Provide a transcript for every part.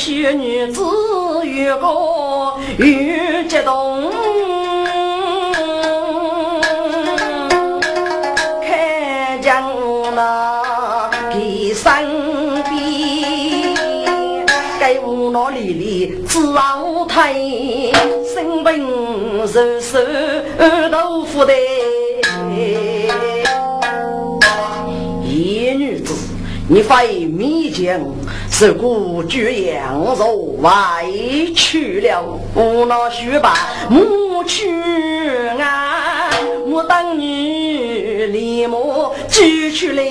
许女子与我与激动，看将那给三边，该无脑里里自傲态，生病是豆腐的。一女子，你非迷将是故居养肉外去了，无脑须把母去啊，我当女立母举去了，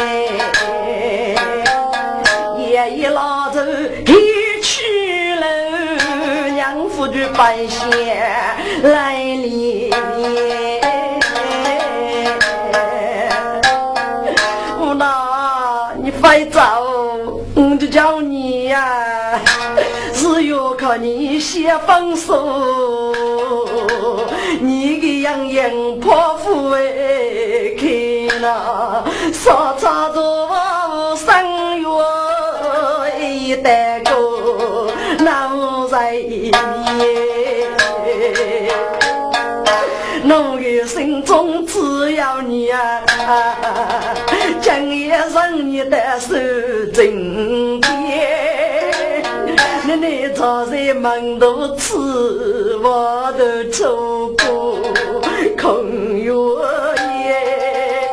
也一老走一去了，娘夫就半仙来里无脑你快走，我就叫你呀，只有靠你先放手，你个样样泼妇哎，看那啥差着我三月一代个闹在你。我的心中只要你啊，将也让你的手真甜。你坐在门头吃，我都走过空月夜。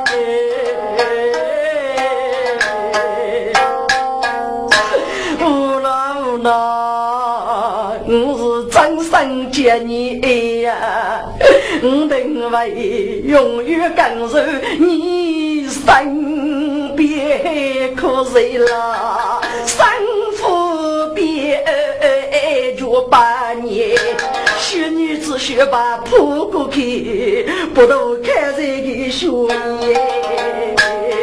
无奈我是真心见你呀，我等为永远感受你身边，可是啦，生父别就把你学女子学把扑过去，不都看这个学业，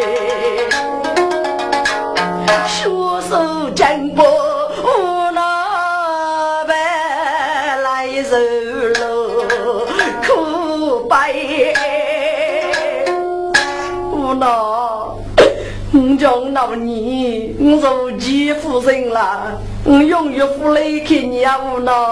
学手真不无那白来走路苦白无那将到你我几夫人了，永远不离开你啊无那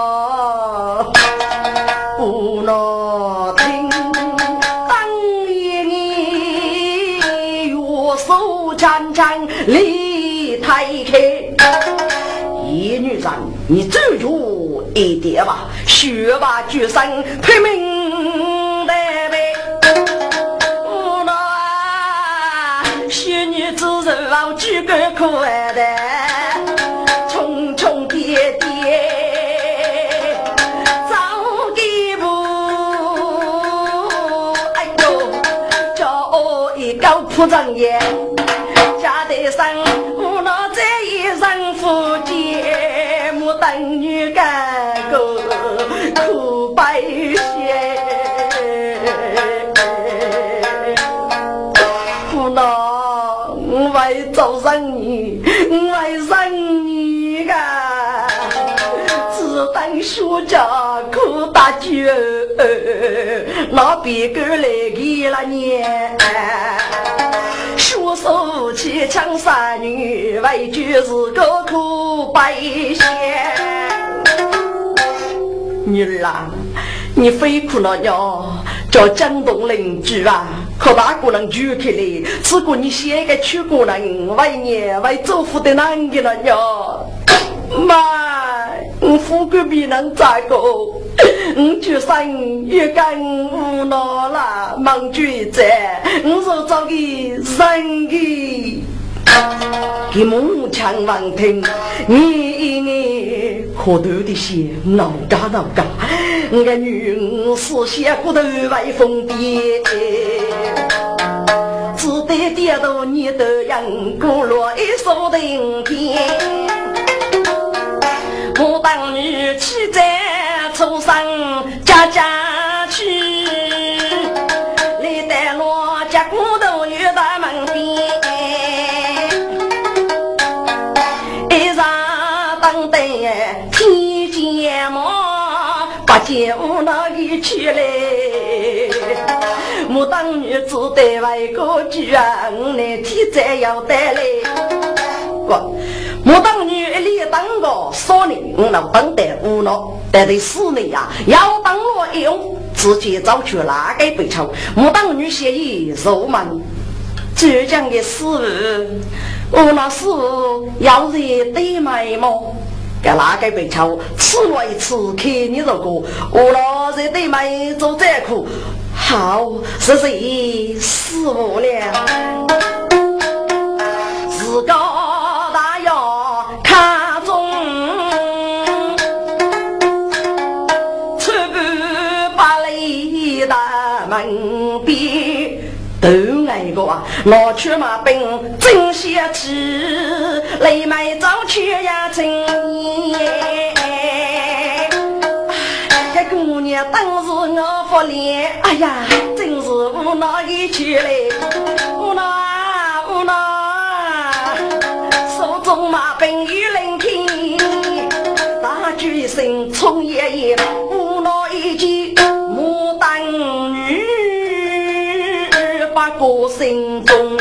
无那听当年你我手沾沾离太开一女长，你自主一点吧，学吧举身拼命的呗。无奈学女子老举个可爱的，重重叠叠，早一步，哎呦，叫一高铺张眼，家得上无奈这一人夫节目等于干个苦白血，不能为走上你，为上你个，只当说着苦大绝，那别个来给了你。说手起枪杀女，为就是个苦白血。女儿啊，你非苦了哟，叫江东邻居啊，可大姑娘举起来，只顾你写个娶姑娘，为你为祖父的男的了哟。妈，我富贵比能咋个？我就算越干无脑了，忙举在，我说找个人的，给梦强望听，你好多的些闹嘎，我的女是写骨头外风的，只得跌到你的阳骨落一手的天。我当女骑在头上家去，你带罗家骨头遇到门边，一上当得天睫毛把姐夫那里去来，我当女子带外国居啊，我来天在要带来我当女里当个少年，老当得无脑，但得4年呀，要当我用，直接找去哪个北朝，我当女协议肉满，浙江的事，我那是要热对买么？给哪个北朝吃了一次，看你这个，我那热对买做这苦，好是谁死我了？自个。门边都爱个啊，拿去马兵真些吃，来买早去呀真耶。这姑娘当时我不脸，哎呀，真是无奈一去嘞，无奈无奈，手中马兵与聆听，大举声冲爷爷，无奈一句。过心中，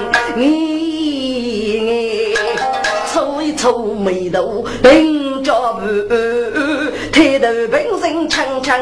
你抽一抽眉头，并着不抬头本身长长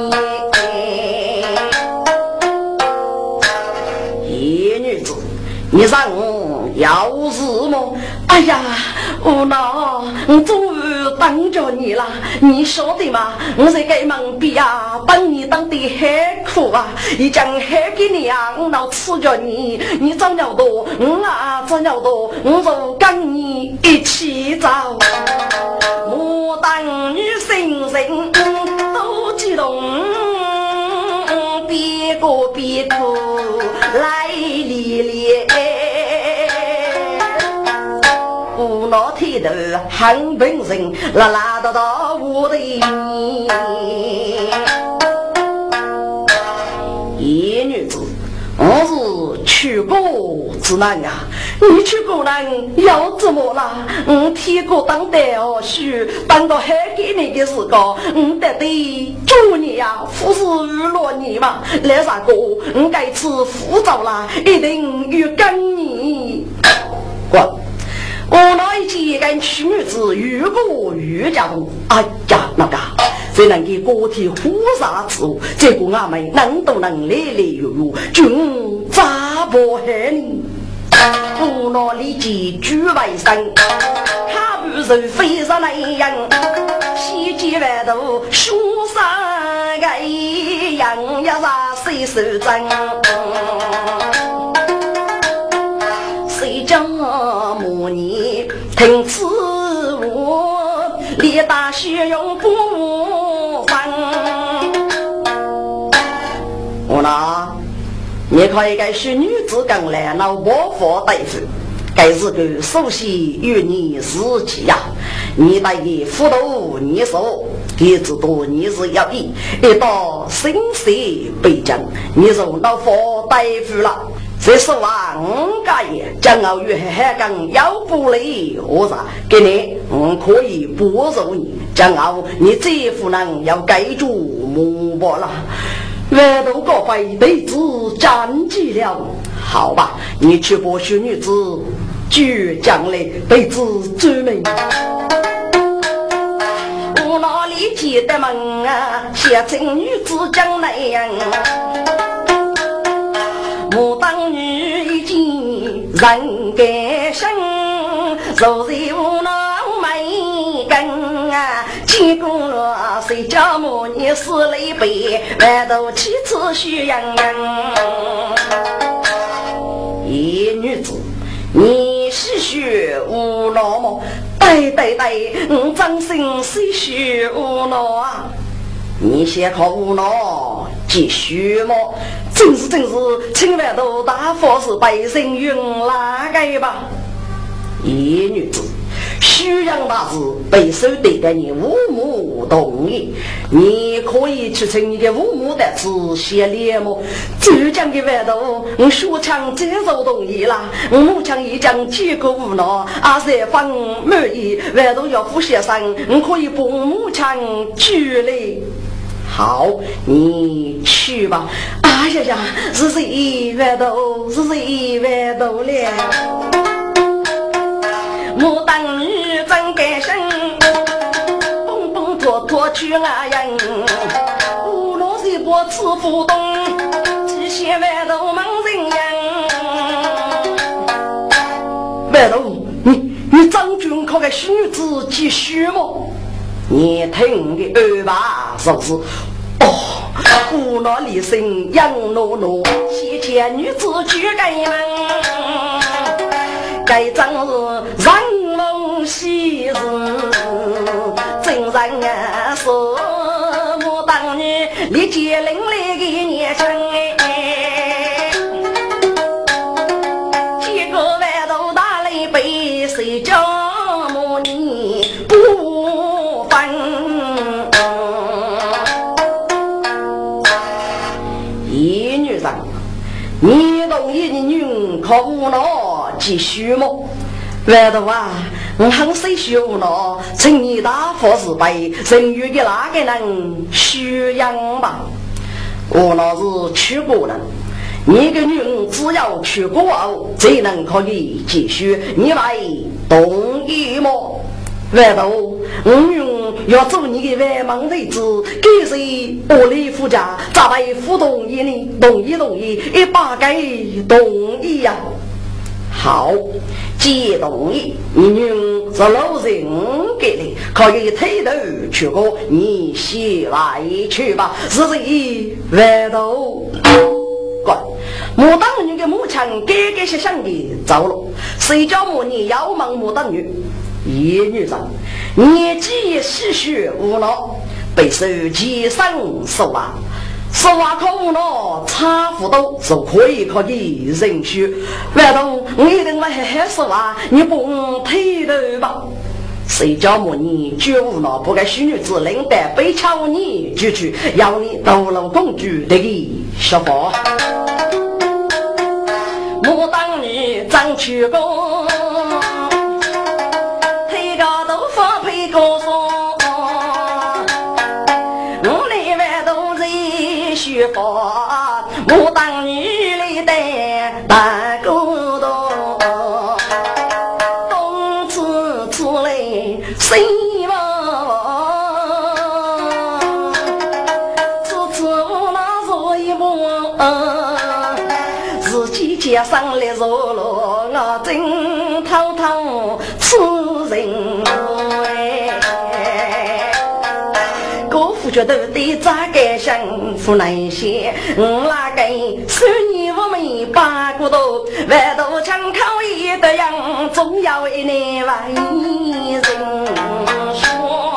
野女子，你让我要是么？哎呀，我终于当着你了，你晓得吗？我这个忙逼啊，帮你当的很苦啊，一讲很给你啊，我老吃着你，你长了多，长了多，我就跟你一起走。我当女生人都激动，别过别哭来历历。老铁头很本人拉到我的野女子，我是去过之南呀，你去过南要怎么啦？铁过当得哦，许当到很给你的时候，得祝你呀，服侍娱乐你嘛，来啥个？该吃辅导啦，一定要跟你滚。我那一期跟娶女子越过越家中，哎呀，那个虽然给个体忽杀之物，这个阿妹能都能来来悠悠，君咋不害你？我那立即举外身，他不是非常那样，西街外头书上个样呀啥谁手真？谁叫母你听此我列大学用不翻我呢你可以该是女子刚来老伯父大夫该是个熟悉与你自己呀你带给辅导你手一直多你是要一到生死北疆你就老佛大夫了这是话家也将要与海港要不累我啥给你可以保守你将要你这副人要盖住目标了外头个会对子占据了好吧你去剥削女子就将来对子追命我哪里记得门啊写成女子将来呀我当女已经人该生若是无脑没根啊结果了谁叫母你死了一辈外头妻子需养一女子你是学无脑吗对掌声是学无脑啊你先考无脑继续吗正是清外头大佛是百姓云拉盖吧一女子虚阳大事被收对待你父母同意你可以去请你的父母的仔细列目就讲给外头说唱接受同意啦母强一讲结果无脑阿是方满意外头要付学生可以帮母强举例好你去吧哎呀呀是谁外头了我当女真该生啊人，无论是我吃不动，这些外头忙人样。外头，你张军可给须子继续吗？你听的耳吧，是不是？无脑里生杨诺诺，西天女子举盖门，该张是人梦昔日，真人啊说我当年立节伶俐的年轻，几个外头打了一杯，谁叫我你不分？一女人，你同意你女可无脑继续吗？外头啊，我很谁学无脑，请你大佛是被人与的哪个人需养吧？无脑是去过人，你个女只要去过后，才能可以继续。你为同意吗？外头，我用要做你的外忙日子，给谁我来夫家，咋会不同意呢？同意，一把该同意呀、好，既同意，你用是老人给你，可以推头去过，你先来去吧。是谁外头？滚！牡丹女的母亲给想的走了，谁叫我你要忙牡丹女？一女人年纪细许无脑，被手机上手啊，手啊可无脑，差不多就可以人许。外头我一定会黑手啊，你不推的吧？谁叫我你绝无脑，不该许女子领带被敲你拒绝，要你斗楼公主的小伙。牡丹女张去公。告诉我里外都是虚发，我当女里的大哥多，东此此来谁嘛？此无那做一步，自己街上来走路，我真偷此人。觉得的咋个幸福那些，那个是你我们八股头，外头枪口一的样，总要一年万人说，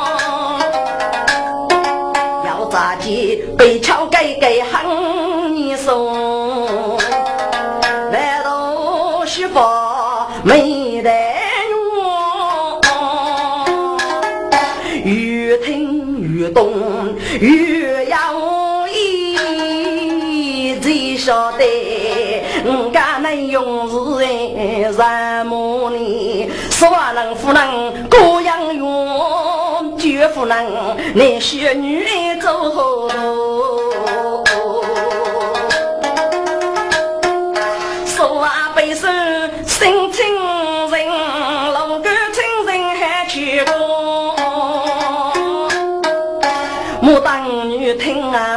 要咋地被敲给喊你送，外头是否没得越听越动，越要一最晓得，敢能用是什么呢？说能不能各样用，绝不能那些女走后头。说背手心情人，老哥亲人还去过。牡丹女听啊，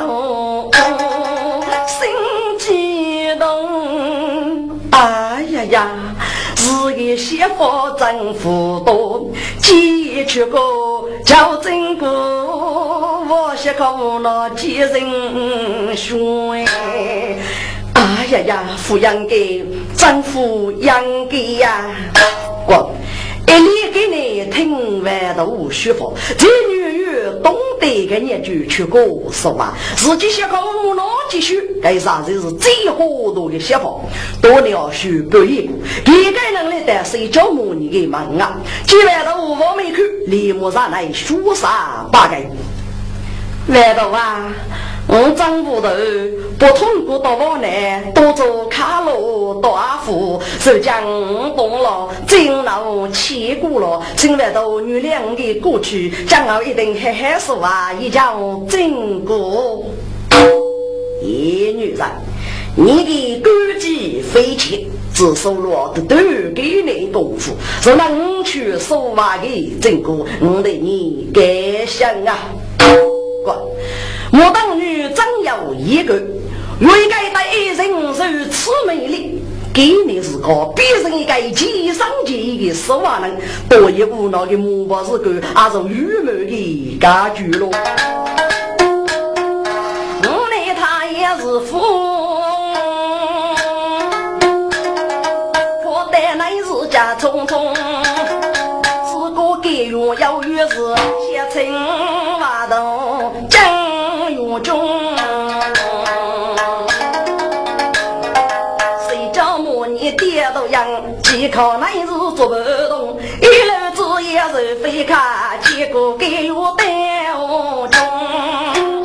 心激动，哎呀呀，自己媳妇真不多，几去过叫真过，我些口那几人说哎呀呀，抚养给真抚养给呀，我一理给你听完的无虚佛，这女懂得个年纪去过说吧，自己些个无脑继续，该啥子是最活多的写法，多了许不一个，一个能力的谁叫母你的忙啊？既然的无法没去，立马上来说啥八个，来到啊。我张不头不通过到我呢，多做卡路多阿福，是将动了真老起过了，现在都女两个过去，将来一定嘿嘿说话，一叫真过。一女人，你的估计飞起，只收了的都给你功夫，是能去说话的真过，我对你感想啊。 我当女真有一个为该带人如此美丽，给你是个必人一个几上级的死亡人，多一无脑的母包是个还是愚昧的家具咯。我呢他也是富，可带来是家匆匆，是个给我要越是写成瓦头真有中。跌都样，几口乃是做不动，一路子也是飞卡，结果给我带我中。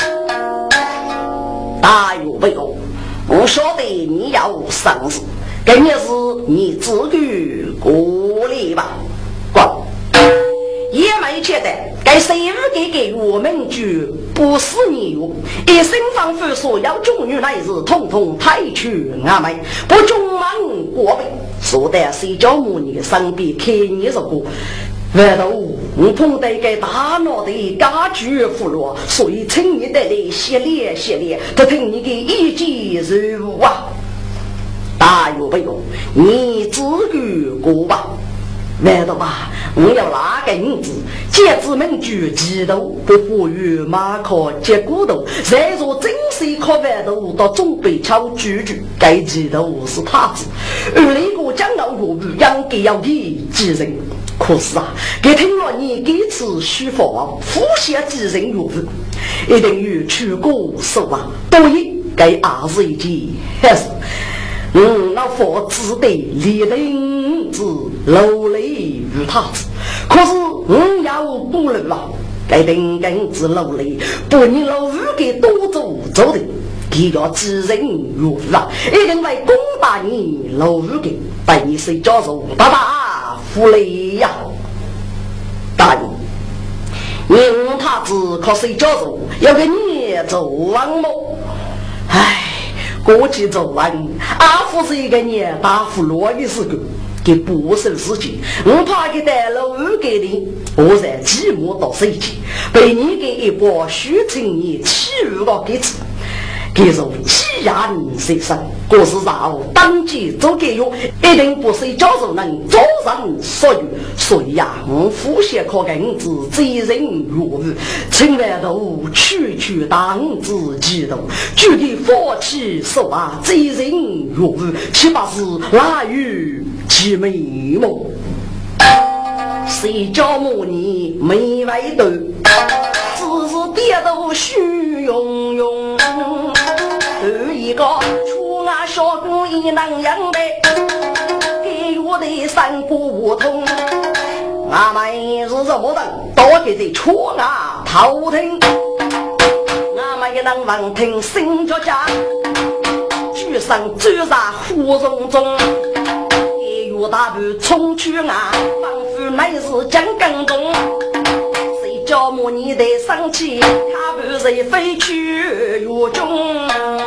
大有为公，我说的你要上市，跟你是你自己鼓励吧。滚！也没觉得该谁给我们就不是你有一生方夫所要中女乃是统统太去阿妹不中满国北说的谁叫母你上边看你这个为了我碰到一个大脑的家居俘虏，所以请你的来系列他听你的一记任务啊。大有没有你自己过吧，为了吧我要拿个银子戒指们举几头不富裕马可结骨头再说真是可外头到中北桥举该几头是他子而那个将老有语养给要的几人，可是啊给听了你给此虚佛复写几人有语一定与去过手啊多一该二十一集还是那佛子的立人之楼雷与他子，可是要不能了，该等根之楼雷，不你老五给多走的，他要知人如了，一定会攻打你老五给，带你谁叫做爸爸福雷呀？大人，你他子可谁叫做要给你走完么？唉。过去走完阿福是一个年大福罗的时候给不是事情我怕给带了五给你我在寂寞到谁去被你给一波虚情你欺辱到给此给受欺压你身上过是然后当即走给用一定不是教授能早上所以呀我复写可根子贼人如日请来头去当自己的具体佛起手啊贼人如日岂怕是拉与其美梦谁教母你没外头只是跌到虚庸庸一个出啊小姑一能样的给我的三姑无通阿妹是什么的多给这出啊头疼阿妹也能望听心着家举上追杀胡中中一有大步冲去啊仿佛乃是江刚中谁叫母你的生气他不是飞去有中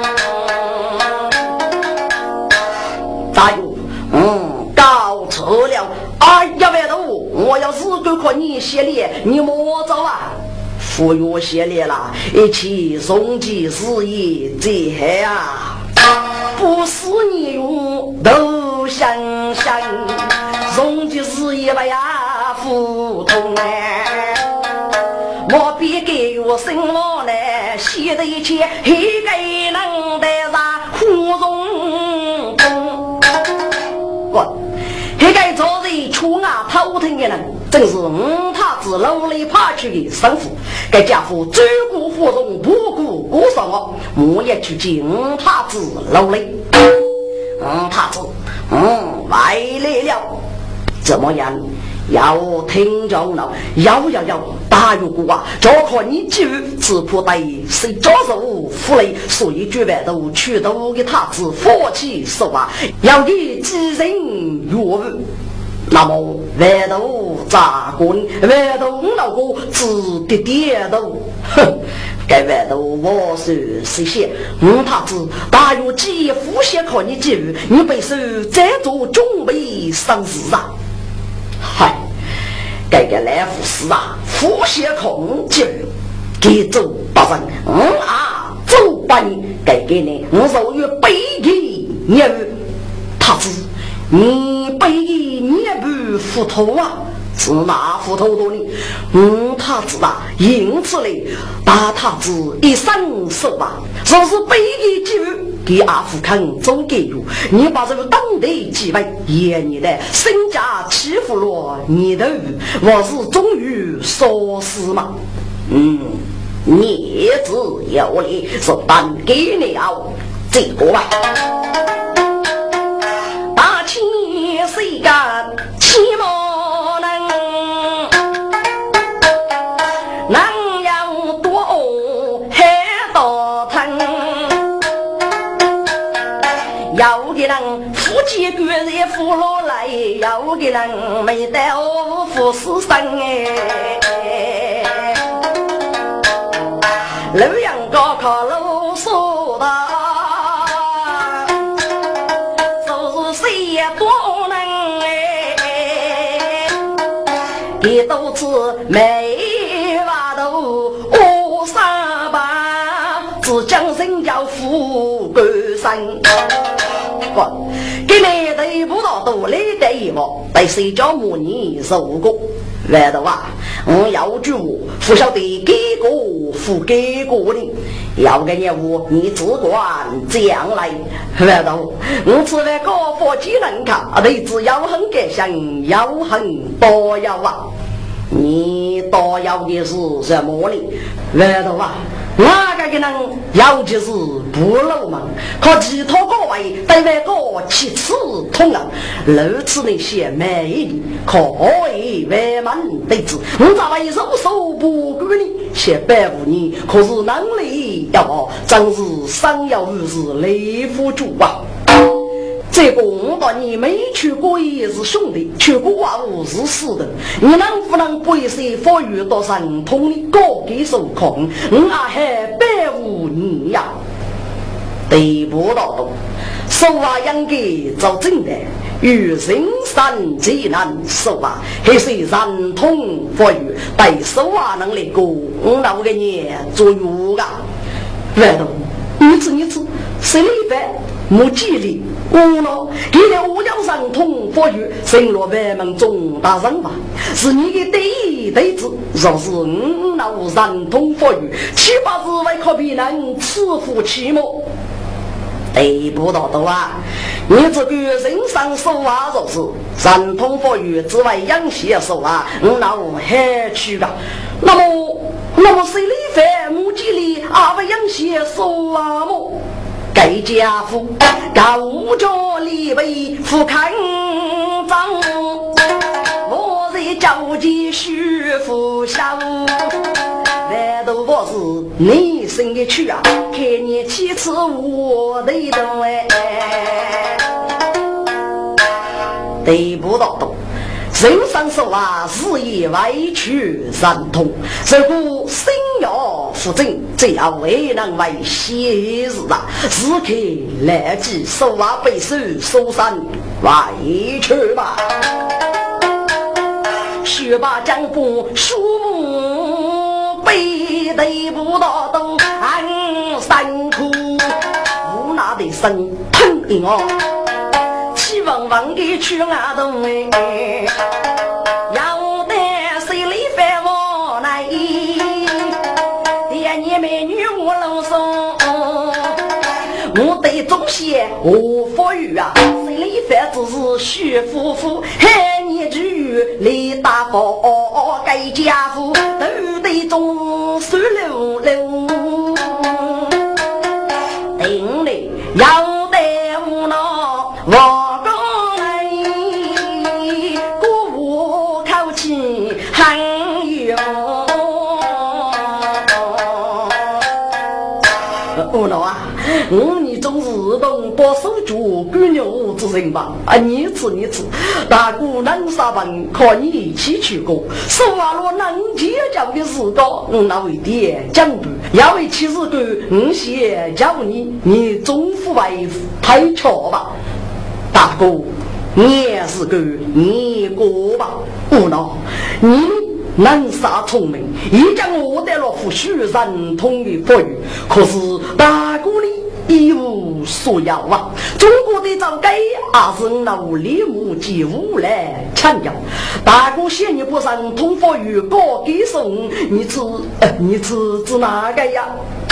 大有搞错了哎呀别的我要是都可你写列你莫走啊富有写列了一起送祭事业这黑啊不是你用都想送祭事业吧呀不同哎我别给我生活来写的一切一个能得上胡容我一个昨日出啊头疼的人正是他自楼里爬去的生父该家父追顾胡容不顾顾上我也去见他自楼里他自来了怎么样要听着呢要大有股啊这可你就自破带谁着手负累所以绝外都去都给他自佛气手啊要给知人若那么外头咋滚外头老公自跌跌都哼该外头我是谁些他子大有几副些可你记你被是在做准备上市啊嗨该个来福士啊，福写孔记给走大人，走吧你，给你，我手与背给你，他子，你背给你不斧头啊？是哪斧头多呢？他子啊，因此嘞，把他子一伸手吧，说是背给几日。给阿富汗走给路，你把这个当地几位也你的身家欺负了你的，我是终于说是嘛？你只有你说单给你了，这个吧，大气谁敢欺莫能？能要多还多疼。有的人夫妻个人扶落来，有的人没得我扶死生老杨高考路说的，就是谁也多能给都是没话都无三八，只将身叫富贵生。给你对不到都来对我，对谁叫母你受过？来的话，我要句我不晓得给过付给过的，要个业务你只管将来。来的我只为高佛技能卡，对只要很给想要很多要啊。你多要的是什么呢？来的话。那个人要就是不漏嘛，可其他各位对那个其次同样，如此那些美丽可以为满对子，我咋来手手不给你些白无你，可是能力要好，真是上要日是雷夫主啊。这个我把你没去过也是兄弟，去过啊我是死的，你能不能背些法语到神通的高给手控，还白无你呀？对不到的手啊应该做正的，与人生极难手啊，还是神通法语对手啊能力过那个年左右啊。来的你吃谁里边没纪律我呢给了我要上通法语生落百门中大人吧，是你的第一对子，若是那上通法语七八字为可比能赐福期末对不到的啊，你这个人上手啊，若是上通法语之外养些手啊，那我还去吧。那么谁里饭母鸡里啊为养些手啊么？该家父高着里为富看张，我在着急许福小，难道我是你生的去啊？看你七次我的动对不到动。人上手啊，事业委屈三通，这个心要负正，这样为能为昔日啊，时刻来记手啊背手手上委屈吧。学把江湖树木背对不到东安山苦，无那的生疼你哦。往往给去啊东哎，要得谁里翻我来？爹你美女我老松，我对中些我法语啊，谁里翻只是徐夫妇，嘿你至于李大佛该家父都得中水溜溜，顶里要得无脑我。还有我老啊，你总是动把手足姑娘之人吧？啊，你吃，大姑能杀本，可你一起去过。说话了能结交的事高，那为爹讲不，要为其实个些叫你总不为太巧吧？大哥。你也是个你过吧，不孬，你能杀聪明，已将我带了副虚人通的法语，可是大姑呢一无所有啊！中国的早该还是那立木及无来强调，大姑仙女不上通法语高给送，你吃哪个呀？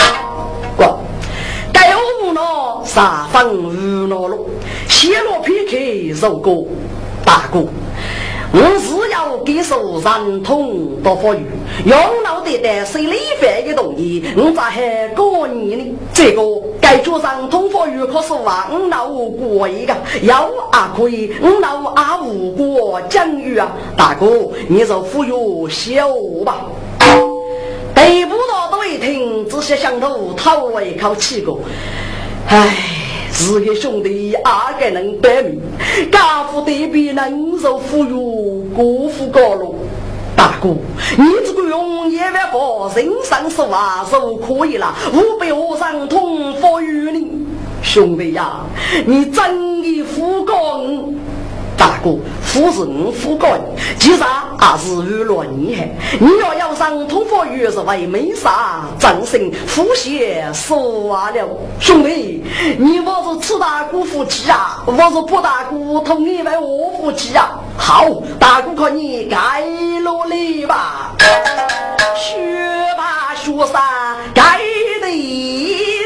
该我呢啥方无脑了，泄露皮克受过大姑。我是要给手上通到法语，用脑袋的谁理法的东西，我咋还过你呢？这个该做上通法语可是王脑过一个，要啊可以，脑啊无过讲语啊，大哥你就忽悠小吧。得不到都一听，只是想头讨了一口气过，唉。是个兄弟阿个能白命，家父对比能受富裕国富高楼。大哥，你这个用1万包人上手啊，就可以了，500和尚通法语呢。兄弟呀，你真的富高大哥，夫人富高其实还是娱乐你害。你要上通法语是为没啥掌声富些说完了。兄弟，你我是吃大姑夫妻啊，我是不大姑同意为我夫妻啊。好，大姑看你该努力吧，学吧学啥该得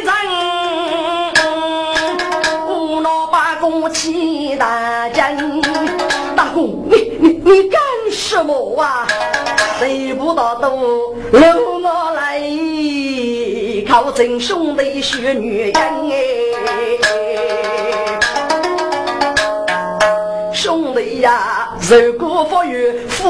人，老把公气大将。大姑，你干什么啊？谁不到都留我来靠真兄弟学女人兄弟呀，如果法语富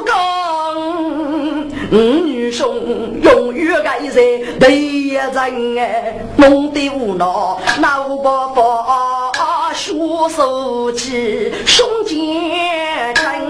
刚女兄永远该在对人弄得无脑闹不发说手机胸肩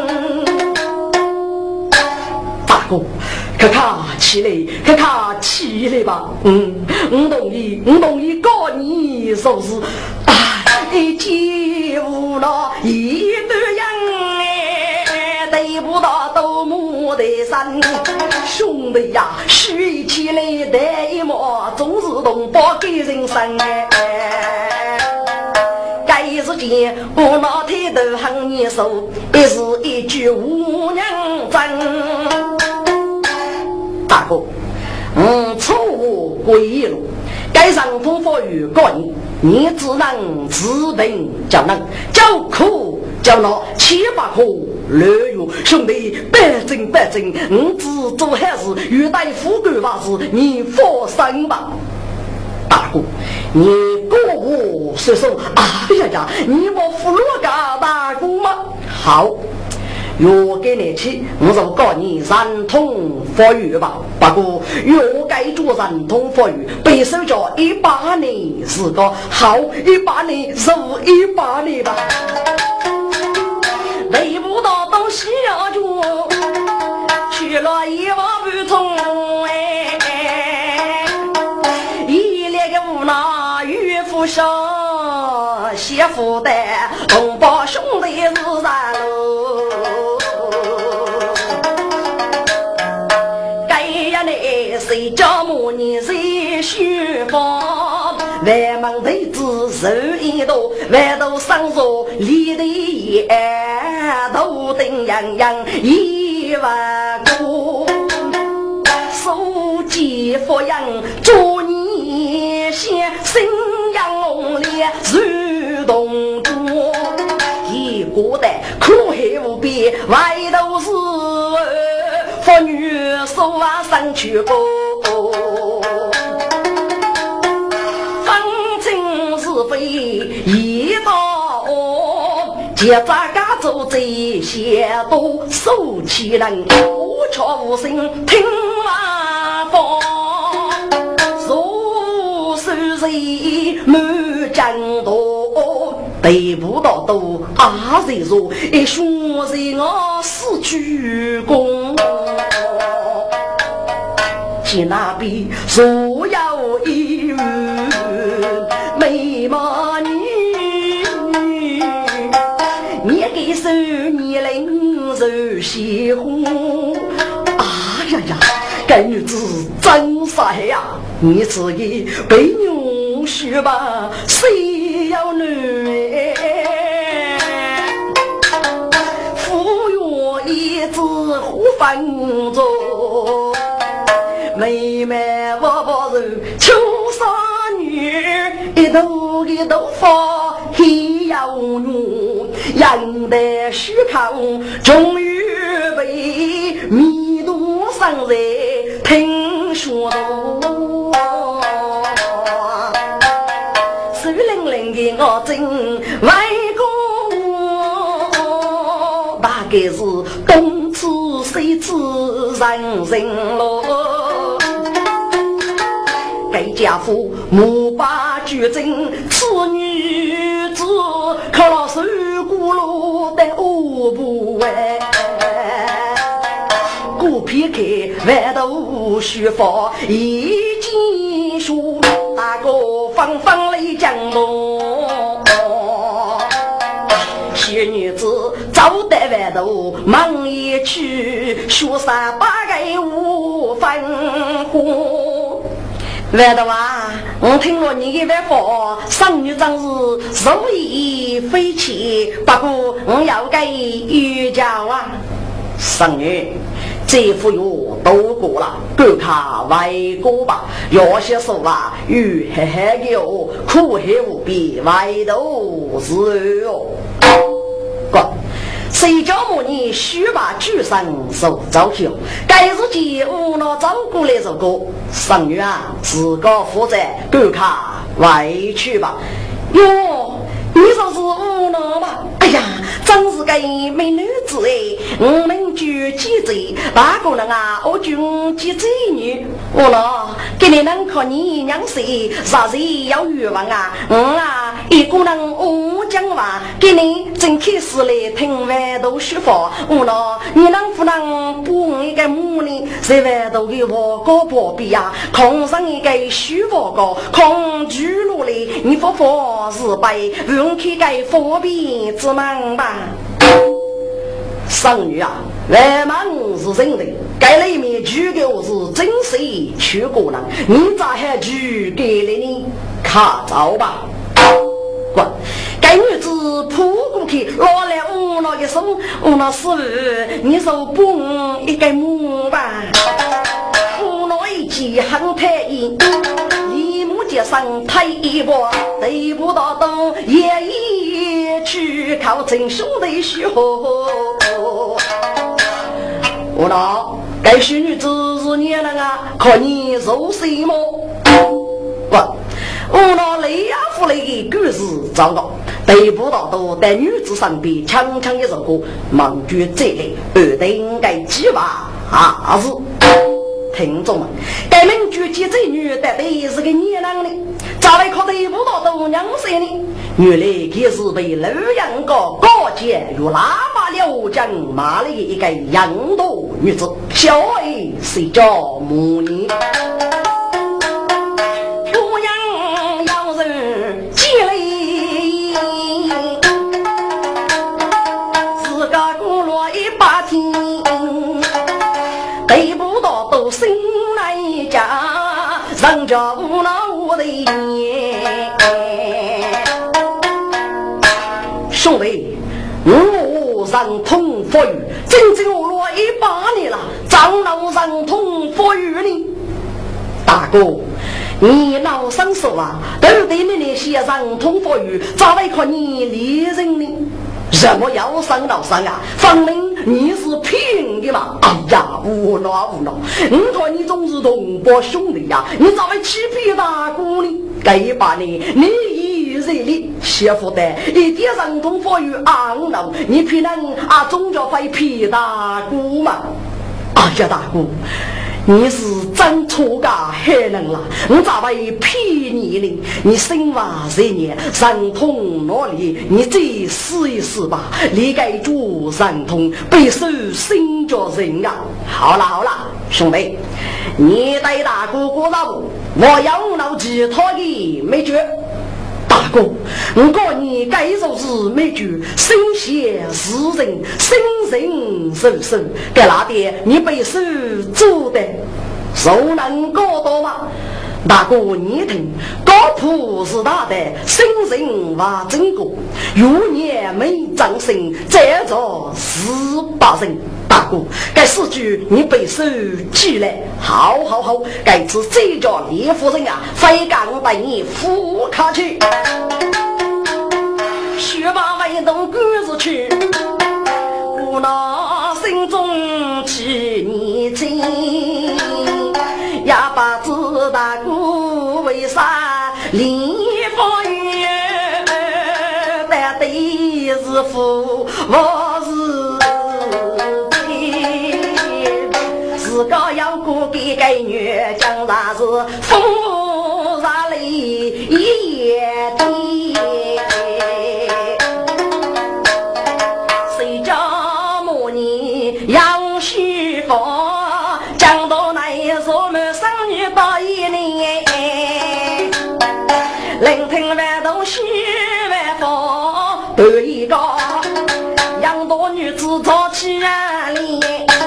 大哥可卡起来吧。我同意告你手是一起无脑一对人对不到都木的山兄弟呀，虚起来的一幕总是动包给人生该是件无脑抬头喊你手也是一句无娘真大哥错误归路该上风法语告你只能自本叫能叫苦叫闹7把苦略有兄弟百正只做还是与大夫对法事你放心吧大哥你过我是说呀你我俘虏个大哥吗好我给你去我就告你三通法语吧不过我该做三通法语被收叫100年是个好100年是100年吧累不到东西要做去了一万不通一列个无奈与父生媳妇的同胞兄弟是三路谁叫母你谁虚放外门的子手一斗外头上手里的也头顶洋洋1万股手机佛养祝你先生养红烈如动珠一股的苦海无边外头是妇女手啊上去过分清是非一道结扎嘎走这些都受其人无错无心听话风如是谁没战斗得不到都谁说一说人我死去功去那边所有一语美貌你给手你领手喜欢呀，该女子真傻呀！你自己被女婿吧，谁要女？夫约一子胡翻着，妹妹我不是秋沙女，一头发黑要女，养得虚靠，终于被迷途上人听说多。水灵灵的我真外公，大概是东吃西吃人人咯。该家父母把举证，此女子靠了手骨碌的五不为。古皮克外头虚发一经书，大哥方方来讲咯。小女子早得外头忙一去，学三八个无分户。外头啊，我听了你的外话，上女长是手艺飞起，不过我要给预教啊。上女这副药都过了，够他外国吧。有些说话与黑黑的哦，苦黑无比，外头是哦。谁叫我你须把举上手招去，该日记无脑照顾来这个上女啊，自个负责够卡外去吧。哟，你说是无脑吧？哎呀，真是个美女子哎！我们举几嘴，哪个人啊？我军几嘴女，无脑给你能看你娘谁，啥子要欲望啊？一个人我讲话，给你真开始来听外头说法，无脑你能不能补一个母呢？在外头给我搞破壁啊，空上一个虚话高，空居路里你佛佛是白，用去给佛币之忙吧。上女啊，外忙是真的，该里面举的是真谁去过人，你咋还举给了你看着吧？该女子扑过去拉了我那一手，我那是你手蹦一个木吧，我那一记很太硬，李木街上太一波，得不到都也一去靠真兄弟学我那该许女子是你了啊，可你肉谁么？我那雷亚夫雷的故事糟糕，得不到都在女子上边强强一首歌，忙觉这里二的应该计划啊是听众们，该名句接这女的得是个年郎的，咋来靠得不到都娘谁呢？原来也是被老杨个高洁如喇叭流江马里一个洋头女子，小爱谁叫母女？得不到都心来家，人家无脑我的眼。兄弟，我让通佛语，真正我落18年了，长老让通佛语呢。大哥，你老上手啊，都对你那些让通佛语，咋来看你猎人呢？什么要上老上啊？分明你是骗的嘛！哎呀，无脑！你看你总是同胞兄弟呀，你咋会欺骗大姑呢？该把你一日里媳妇的一点上通佛语昂脑，你骗人啊，总叫会骗大姑嘛！哎呀，大姑！你是真错噶害人了，我咋会骗你呢？你生娃这年神通哪里？你再试一试吧。你该做神通，备受新家人啊！好了，兄弟，你带大哥过道，我要闹其他的没觉。大哥，我告你该就是每句生写诗人，生人手手，该哪点你被手做的，手能搞到吗？大哥，你听，高普是他的生人话真过，有年没掌声，再做18人。大哥，该四句你背手记来，好，该次这叫李夫人啊，非敢带你扶卡去，学把外动鸽子去，我那心中起你情。也把自大姑为啥离风雨但对是父我是个要顾给给女将那是风沙里一夜的谁叫母你杨须佛讲到那一说们生女报一年聆听万东西万风得一个养多女子早起啊里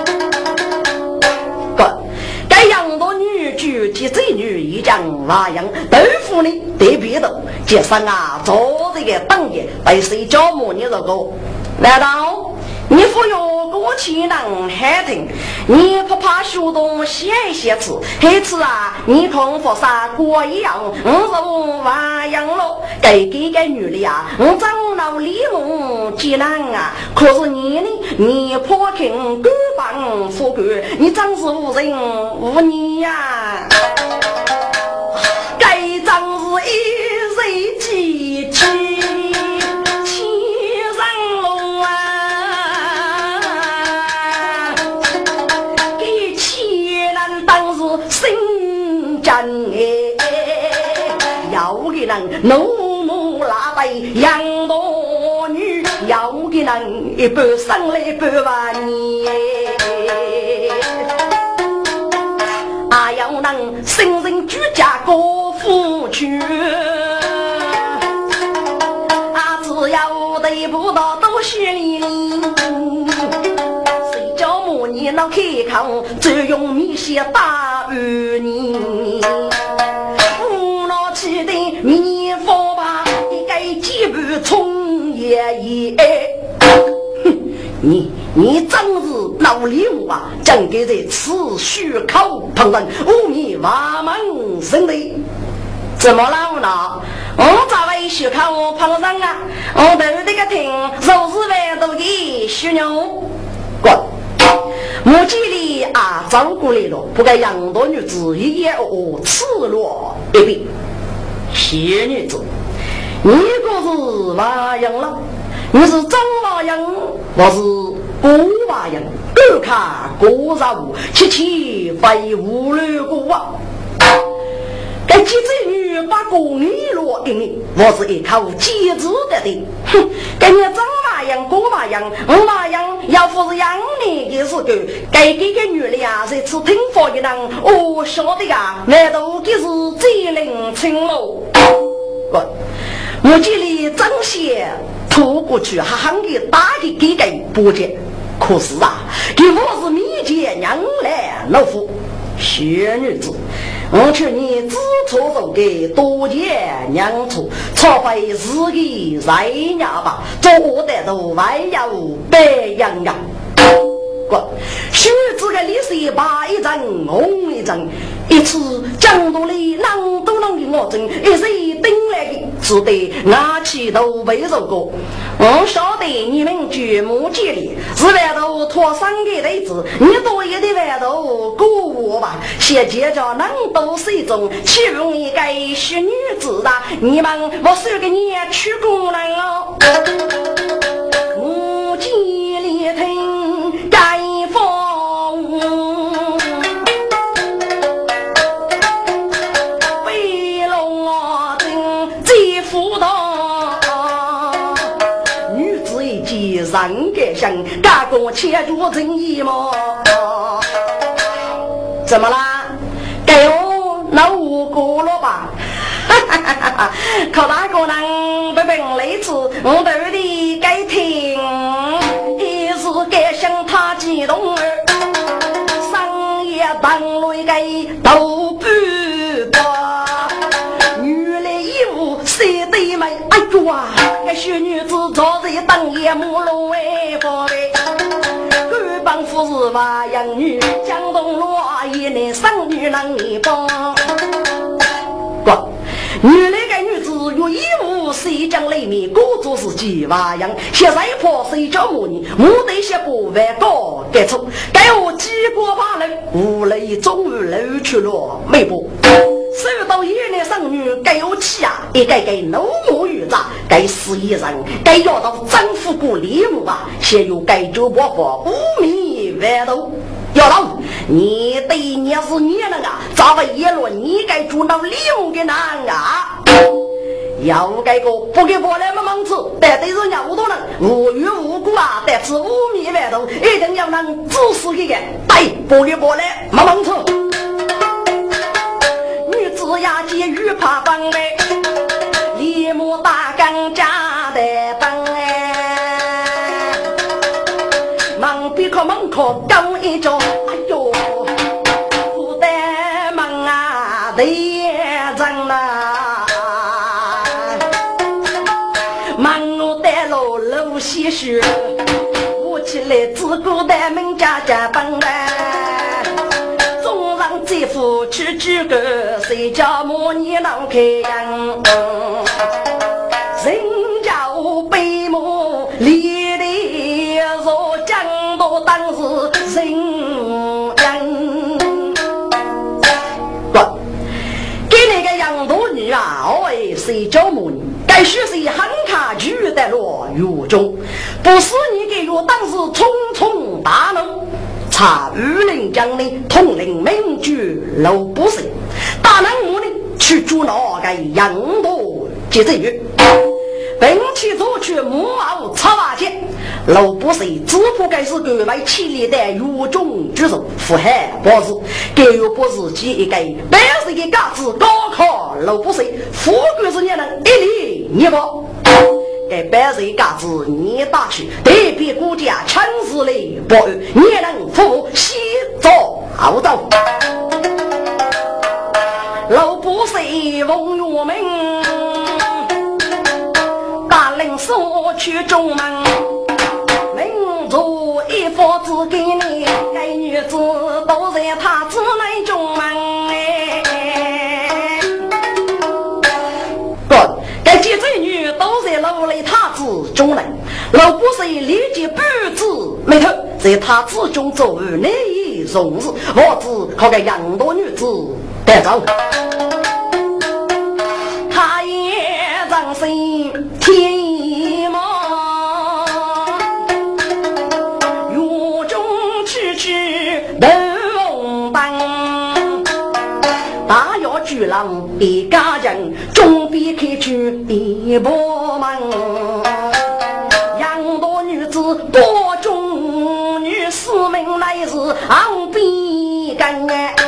该养多女婿及子女一将那样豆腐呢得别的接上啊做这个当爷被谁教母你这个难道你不用过去能海听你不怕修东写写词黑词啊你空佛沙过一样我娃养了给女的啊我长老李梦济南啊可是你呢你破听孤棒富贵你真是无人无你呀该真是一谁记起要给人怒目拉背养多女要给人一半生来半万年啊要能生人居家过夫去啊只要得不到都是你谁叫母你老开口只用米些大鱼你记得你佛吧你该几步冲也一你真是老礼物啊讲给这持续口旁人无名瓦门生的怎么了呢我咋会学口旁人啊我都这个听肉是外头的虚牛滚母鸡里啊照顾来了不该养多女子一夜赤裸一笔邪女子你个是娃样了你是真娃样我是孤娃样各看各啥物七非无虑过啊该几子女把公女落给你我是一靠机智的的哼该你真娃样孤娃样我娃样要不是养你也是个该给个女的呀是吃听佛的人我晓得呀那都给是最灵清喽我这里真些拖过去还喊给打给波姐可是啊给我是密接娘来老夫学女子我劝你自错手给多见娘处错费自己在家吧做的都还要被养养须知个历史把一张红一张一次江都里浪都能给我挣一时顶来的只得拿起都被肉过我晓得你们举目接力是外头拖三个袋子你多一的外头鼓舞吧写接着能都是一种岂容易该是女子的你们我是给你去姑娘哦目接力听该风飞龙啊真最辅导女子一记然给想嘎公切入正义吗怎么啦给我老五过了吧靠哪个人不凭雷子，我对你该听，一时该向他激动儿，商业当雷该都不多，女的衣服谁得买？哎呦啊，这些女子坐在当夜幕楼为宝贝。帮夫是娃养女，江东罗一年生女能一帮。女那个女子有义务谁将雷米工作是几娃养，现在婆谁叫母女，母得些不外高该出，该我几国把人无雷终于流去了没不。收到一年生女该有气啊，也该怒目与杂，该死一人，该要到征服过礼物吧，先有该就伯伯无米外头。要老，你对你是你人啊，咋个一路你该做到礼物给男啊？要该个不给我来么忙吃，但对人家无多人无缘无故啊，但是无米外头一定要能自私一点，对，不给我来么忙吃。子呀接鱼爬帮哎，李木大刚家的帮哎，忙比口门口高一脚，哎呦，不得忙啊得真啦，忙我得路路些许，我起来自古的名家家帮哎。这夫去举个谁家母你老开样，人家背母离离若江都当时人样，给那个杨多女啊，哎谁家母你该是谁喊卡举的落雨中，不是你给我当时匆匆大怒查榆林江的统领名句老不是大南母的去捉那个杨多接着语并且做去母后插瓦线老不是只不该是各位气力的有中之手符合不是给有不是几一个但是一个子高考老不是富贵是你能一理你不给白水嘎子你打去特别国家强势类不你能服西走好走老不是翁有名大领所去中门民族一佛子给你该女子都在他之内中门该几这女都在楼里他之中人老不是理解不知没头在他之中走内容事我只靠个养多女子带走他也掌声天梦雨中痴痴灯灯大有巨浪比家人终必开去一波门养多女子多中女四名来自昂比干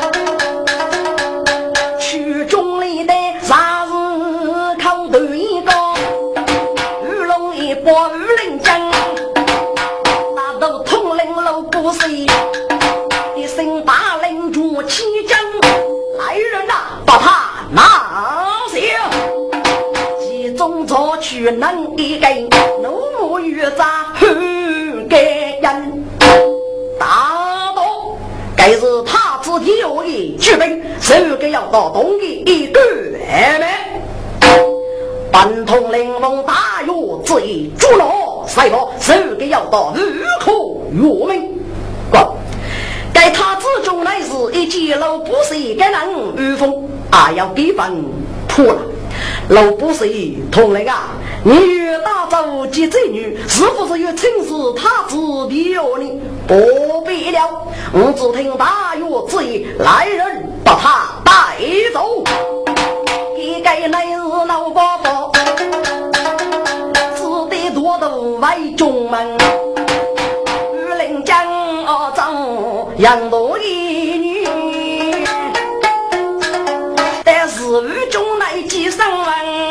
曲中里的啥子靠对一个鱼龙一波鱼灵江大都统领楼不是一声大领主七将来人呐把他拿下集中作去能一个怒目与杂去给人打斗该是他自己有意举兵这个要到东的一个没半通灵龙大有自己猪脑赛跑这个要到日口有名该他之中来是一记老不是一个人御风啊要给分破了老不是同类啊你与大周及这女是不是有亲事他自必有你不必了我只听大有之意来人把他带走一个来日老伯伯只得多都外中门与领将走养多一女但是雨中来几声闻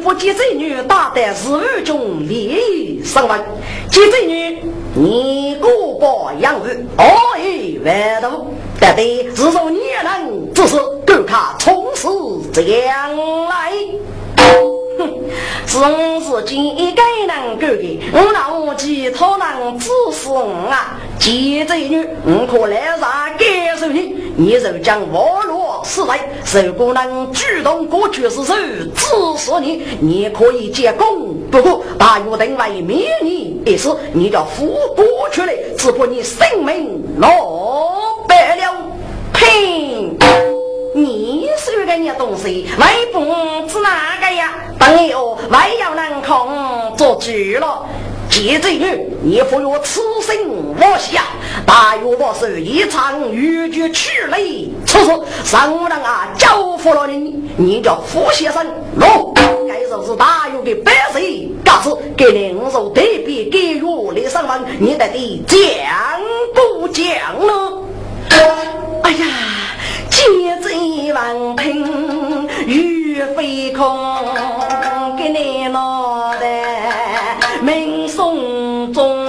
把接这女打在日中里上完，接这女你过把样子外头但得自受你能只是够卡从此将来真是几个人够的老几头人自私啊接这女可来啥给手你就将我落死来手工人举动过去是手自说你可以结功不过大约等外灭你也是你叫付过去了只怕你性命落白了呸你是个你东西外不是哪个呀等有外要能空做局了接这女你不有痴心我想大约我是一场豫剧去了此时上人啊交付了你叫付先生喽该就是大约给百岁告诉给领受对比给予你上完你得讲不讲呢哎呀接这一万听雨飞空给你脑袋命送中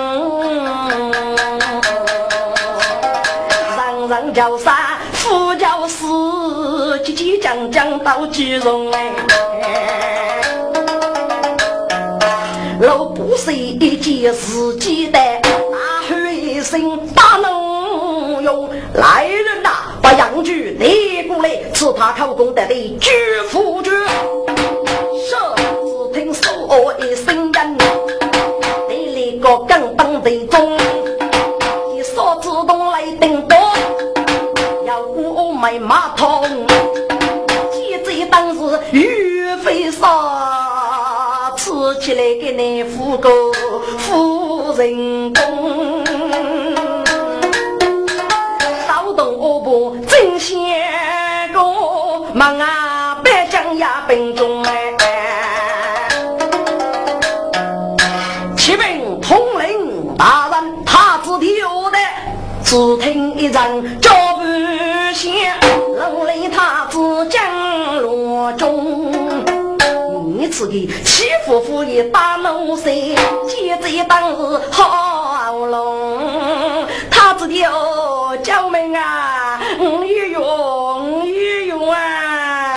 人人叫杀夫叫死叽叽讲讲到剧中老不是一件自己的大黑心大能用来人呐把洋剧递过来是他口供的巨夫君设只听说一声人第里个更当的中你所自动来顶多要我买马桶记这当时玉飞沙吃起来给你付个夫人工骚动我不真些个忙啊别讲呀本中启禀统领大人他自己有的只听一张招不线楼里他自将落中你自己欺负夫也大怒谁接着一当日好龙他自己有救命啊御用啊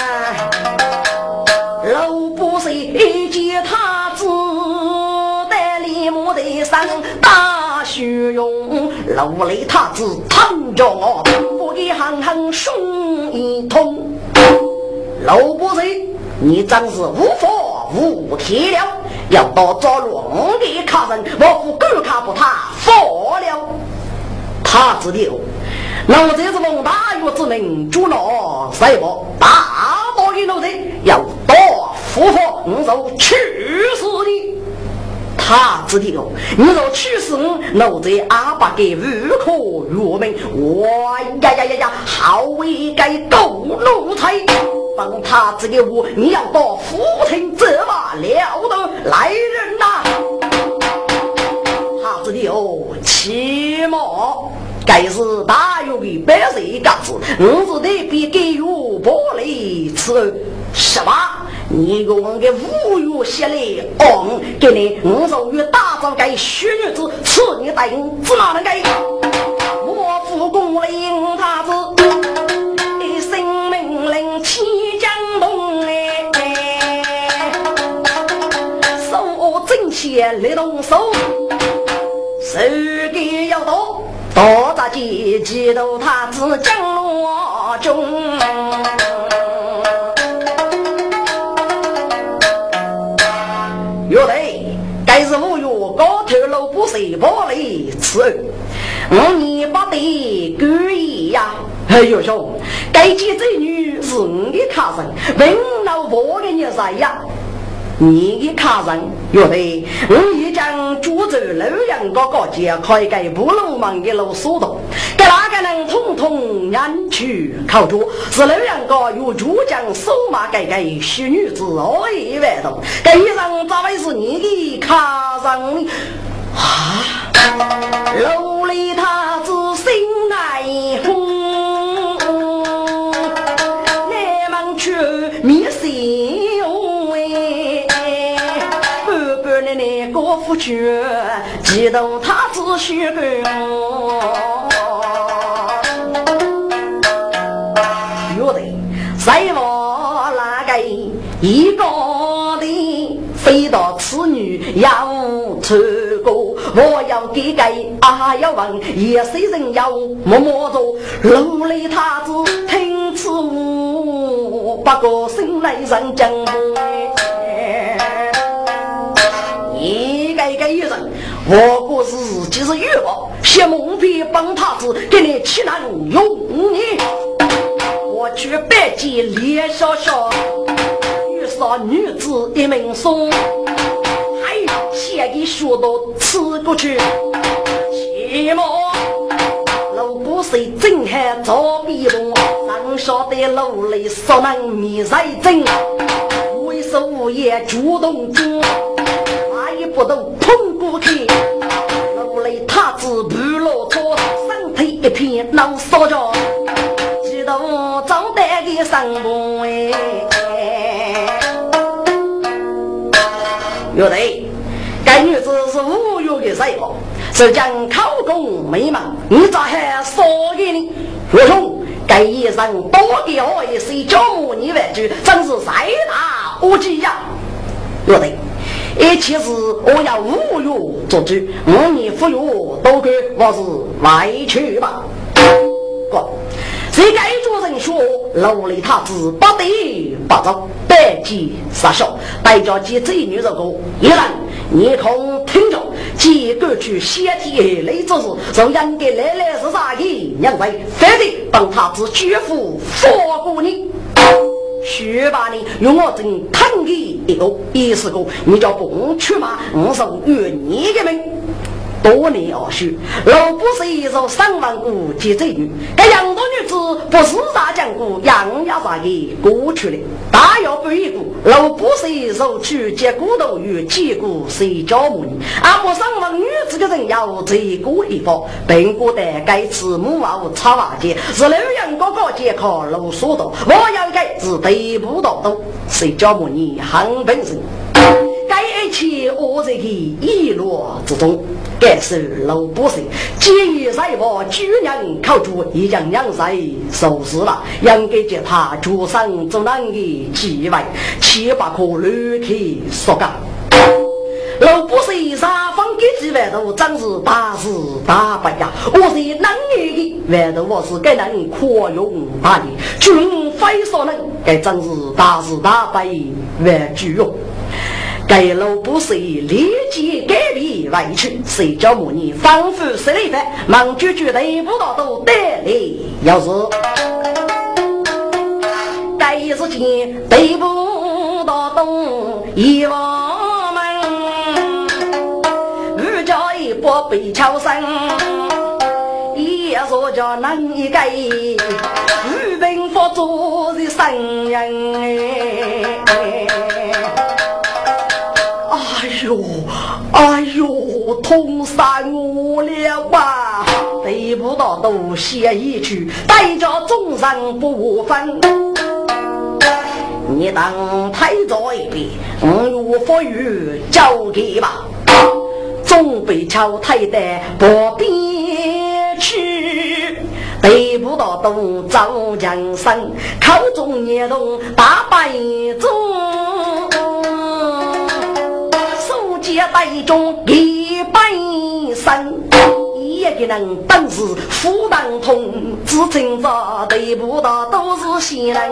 老不是一接他自带里木的山大虚荣老雷他自烫着我不给行行送一通老不是你真是无法无天了要到着龙给卡人我不够卡不他佛了他自留老这是蒙大约之名主老赛博大多的老人要多佛佛你就去死你他自留你就去死老这阿爸给无可入名哇呀好为该斗奴才帮他这个我你要到福听这把了的来人呐他这里有起码该是大有的百岁嘎子我是得比给予玻璃吃什么你给我给无语下来给你我手与大招该虚女子吃你带子哪能该我父公令他子一声命令起江东手正切来动手手给要多多大几几都他自降落中有的该是无有高头楼不是玻璃吃你把的故意呀有兄该接这女是你的卡人问老婆的你啥呀你的卡人有的你将主走楼阳高高街开给不漏忙的楼速度给哪个人统统人去靠住是楼阳高有主将手马改改许女子而已外头给一上咋会是你的卡人啊楼里他自心来红你们去迷死为你过不去，激动他只许个有的谁我那个一个的飞到此女要出国，我要给个要问也谁人要默默着努力他只听此物不过心来人讲一个一个人我过自己是欲望谢梦皮帮他子给你起难用你我去北极猎小小遇上女子一名松还写一书都吃过去起码老不是正还做笔动上说的楼里所能迷在正为首无业主动中哪一步都碰过去楼里他子不露错身体一片脑烧着知道找得的上步有的该女子是无忧的谁哦是将考公美满你咋还说给你我说该医生多给我也是教母你为主真是谁大无忌呀有的一其实我要无忧做主你富有都给我是来去吧谁该做人说楼里他子不得不走北极杀手带着几子女肉狗一人你空听着几个去写题雷之事就应该来来是啥的两位非得帮他子绝夫佛过你学吧你用我真疼你一个意思个你叫不去吗我受与你的命多年而去老不是一首3万古及这女该养多女子不是啥讲古养呀啥的过去了大要不一股老不是一首去接骨头与击骨谁教母你阿不3万女子的人要这个一方本国的该次母娃插瓦节是刘洋哥哥接考老说的我要该是对不到的谁教母你很本身该一切我这个一落之中该是老不是基于在我居然靠住一将两赛收拾了应该叫他主上做难的机会700颗绿体说干老不是啥方给几外头真是大是大败呀我是能力的外头我是该能扩容大力军非所能该真是大是大败外具用该老不是立即改变外去谁叫母你仿佛是那个忙句句的不到都得力要是该事情对不到东一我们日家一波被敲声也说叫难一改日本佛祖的圣人哎呦痛杀我了吧得不到都写一曲带着众生不分你当太在意我佛语交给吧总被敲太的不必去得不到都遭江山考中也都大败中带中一百三一个人本是负担痛只听着对不到都是新人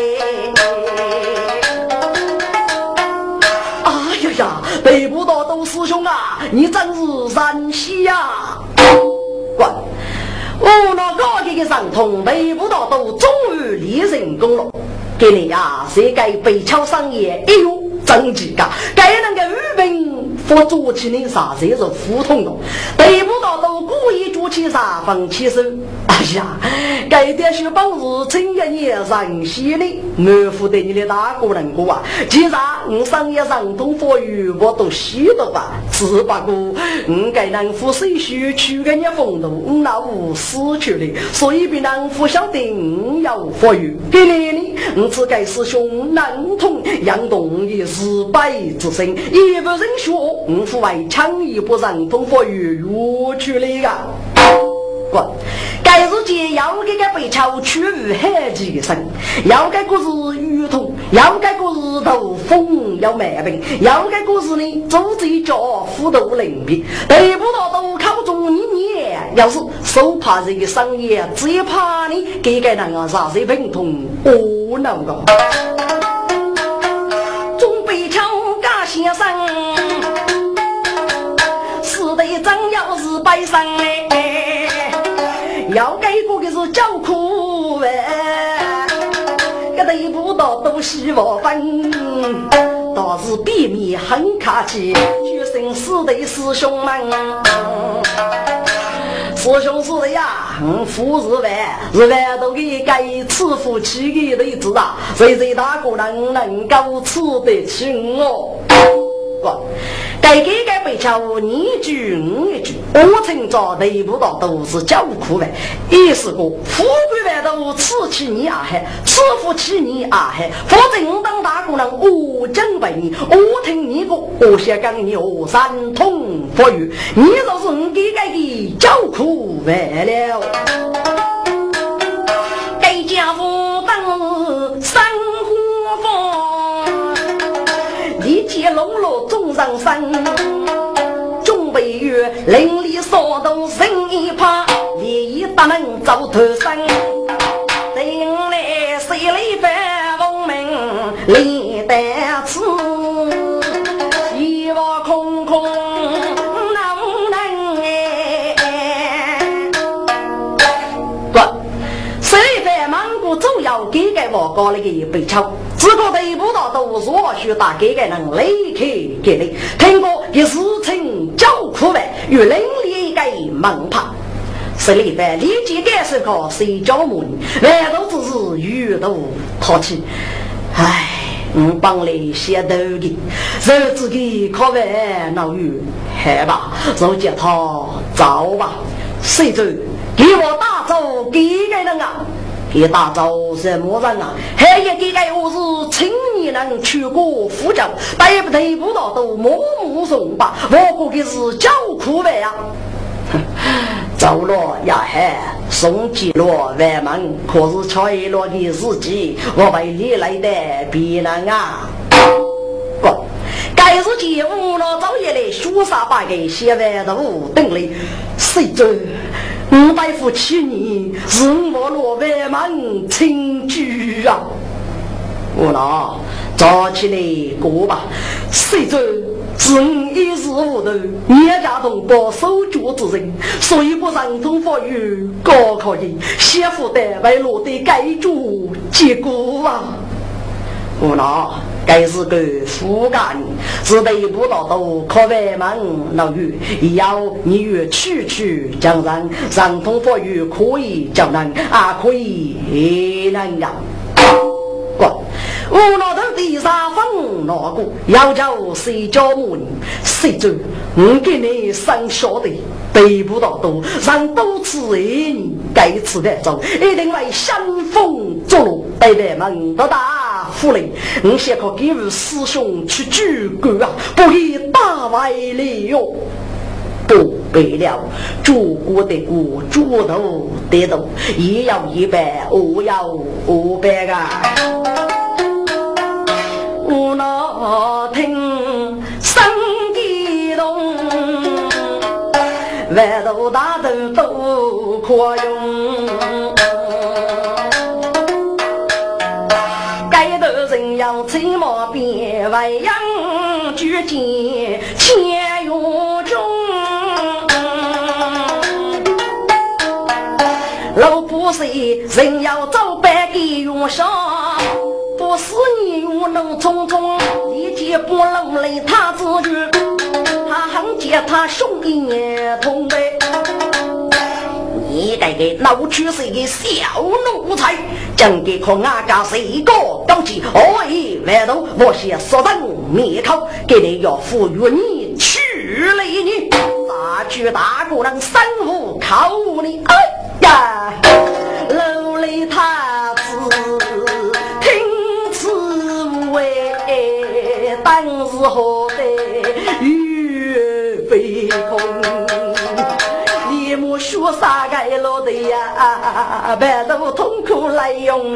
哎呀呀对不到都师兄啊你真是山西呀管我那个这个伤痛对不到都终于立成功了给你呀谁该被敲商业哎呦真几个该那个日本佛做起你啥谁是胡同的对不到都故意做起啥放弃身哎呀该点是帮助真个你上西里我负责你的大个人过啊既然你商业上东佛语我都习得吧只不过该男夫谁需去给你风度，那无失去了，所以比男夫晓得要佛语给你呢，只该师兄难同杨动也是百之身，一不人说父外强一不让风佛语入去了呀。该日节要给个被敲去海几声，要该个是鱼头，要该个是头风要买病，要该个是呢走这脚辅导领兵，对不到都考中一年，要是手怕这个商业，只怕你给个那个啥谁病痛哦那个，中被敲嘎先生，是得真要是白上哎。要该过的是叫苦哎，个得不到都希望分，倒是避免很客气，决心死的师兄们，师兄是的呀，富日饭都给该吃夫妻的日子啊，谁大个人能够吃得起哦？该给该被敲你一句一句，我曾找得不到都是叫苦呗。意思个富贵外头吃起你啊还，吃不起你啊还，否则我当大姑娘我真被你，我听你个我先讲你我三通佛语，你就是我给该的叫苦外了。该家父当三呼风，一介龙落中上山，中北月林里所都生一怕，你一大能走头山，等来谁来反风名李代次，一窝空空能能谁反芒果总要给给我搞了个被抄，只个对不到都是我需打给给人离开给你，听过一事情叫苦呗，与邻里个门怕。谁里边理解该是个谁叫门，外头只是遇到淘气，唉，帮你写头的，日子给靠外闹雨，害吧，就叫他走吧，谁走？给我大走给个人啊！给大走什么人啊？还也给个我是青年人去过福州，带不得不到都默默送吧，我估计是叫苦呗啊！走了呀嘿，送几落外门，可是超一落的日记，我被你来的别人啊！该是节目了，早夜来说啥把给写完的五等里，谁知500夫妻你是我落外门亲居啊！我呢，早起来过吧，谁知正一日无头，你家同胞手脚之人，所以不上通法语高考的媳妇的为落的该主结果啊！我呢，该是个副干，只得不到都靠外门老语，要你越去讲人，上通法语可以讲人啊，可以能呀。我拿到第三封拿过，要叫谁叫我谁做？我给你上小的，得不到都让都吃人，该吃的走，一定为相逢作路，带外门的大福利。我先可给我师兄去举歌啊，不以大外利用。不背了，主国的国，主头的头，一要100，我要500啊！我那听声激动，外头大头都可用，该头人要骑马边外扬举剑千有中。老不是人要走白给用上，不是你用能匆匆理解不能累他自己，他很接他兄弟也同辈，你该给老去是个小奴才，讲给可阿家是一个高级外头我先说人灭口，给你要赋予你去理你，大举大姑娘三户靠你，哎呀，楼里他子听此无谓，当时何得月飞空。你莫说啥该落的呀，白头痛苦来用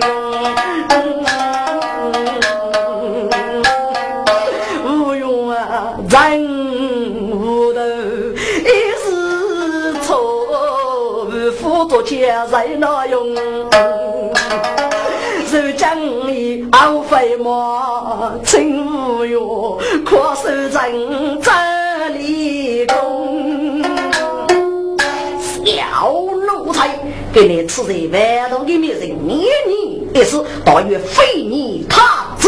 无用啊，人无头一时错，辅助且在那用手将你熬费么情无用，可手真这里功小奴才给你吃在外头的面人捏你也是大约非你他自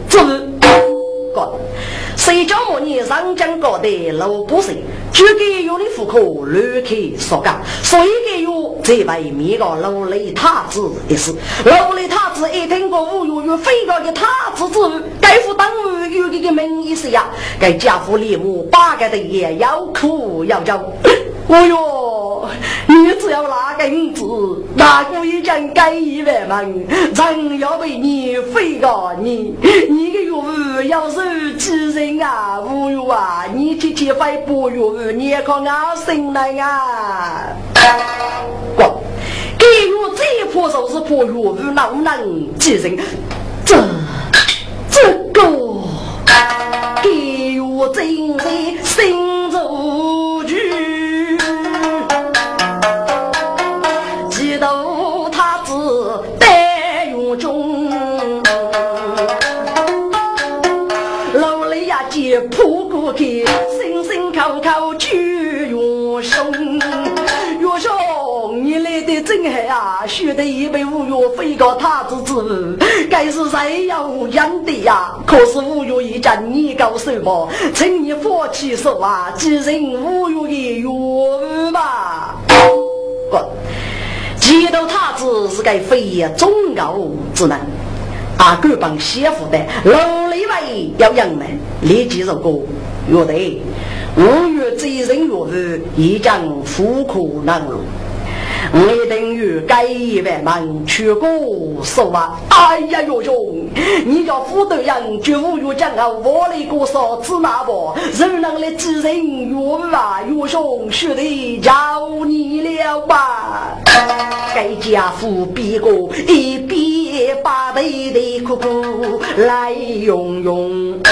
谁叫我你上江高的老不是只给有你户口旅客所干，所以给有这外面个老雷他子也是老雷他子一听过无有非个的他子之该负当有这个名意思呀，该家父立母八个的也要哭要叫哦哟，你只要拿根子，那个一张该一万嘛，人要为你飞个你个哟，要是知人啊，无哟啊，你去结婚不哟，你也看我生来啊，过，给我这破手是破哟，能能知人，这个，给我真的心中去。扑过去，声声口口去用胸，用胸你来的真好啊！学的一杯无药非个他之子，该是谁要养的呀？可是无药一战你告诉我，请你放弃手啊！既然无药的药吧，记得他子是该非也忠高之能。阿哥帮媳妇的老李外要养们立即入过有的5月这人有日已将苦苦难路我等于该一万万去过手啊哎呀有兄你叫副队长就无有讲啊我的歌手只拿我人能来知人有啊有兄是的叫你了吧该家父逼过一逼把背的苦苦来用用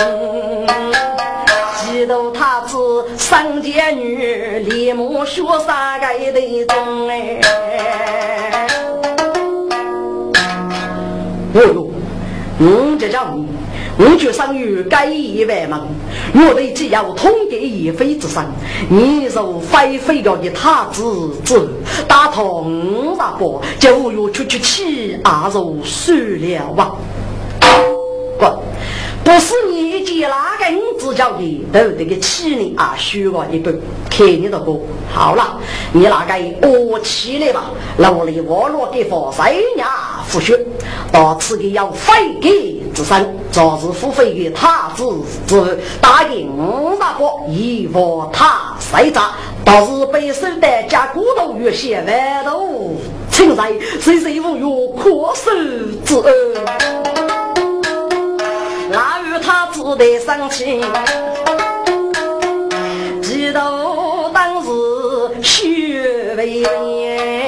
知道他是三姐女李母说啥该的中哎哦哟这叫你我就上于该一万嘛我的只要通给一非之上你就非非要的他子打通那个就有出去气啊就输了吧不是你接哪个你只叫你都这个气你啊虚我一个看你的歌好了你哪个我气了吧老李我落给佛谁呀复学到此给要非给之身早日付费给他之答应那个以我他谁渣倒是被手的加骨头越写外头请来谁谁无有可手之恩那与他只得生气记得当时血为年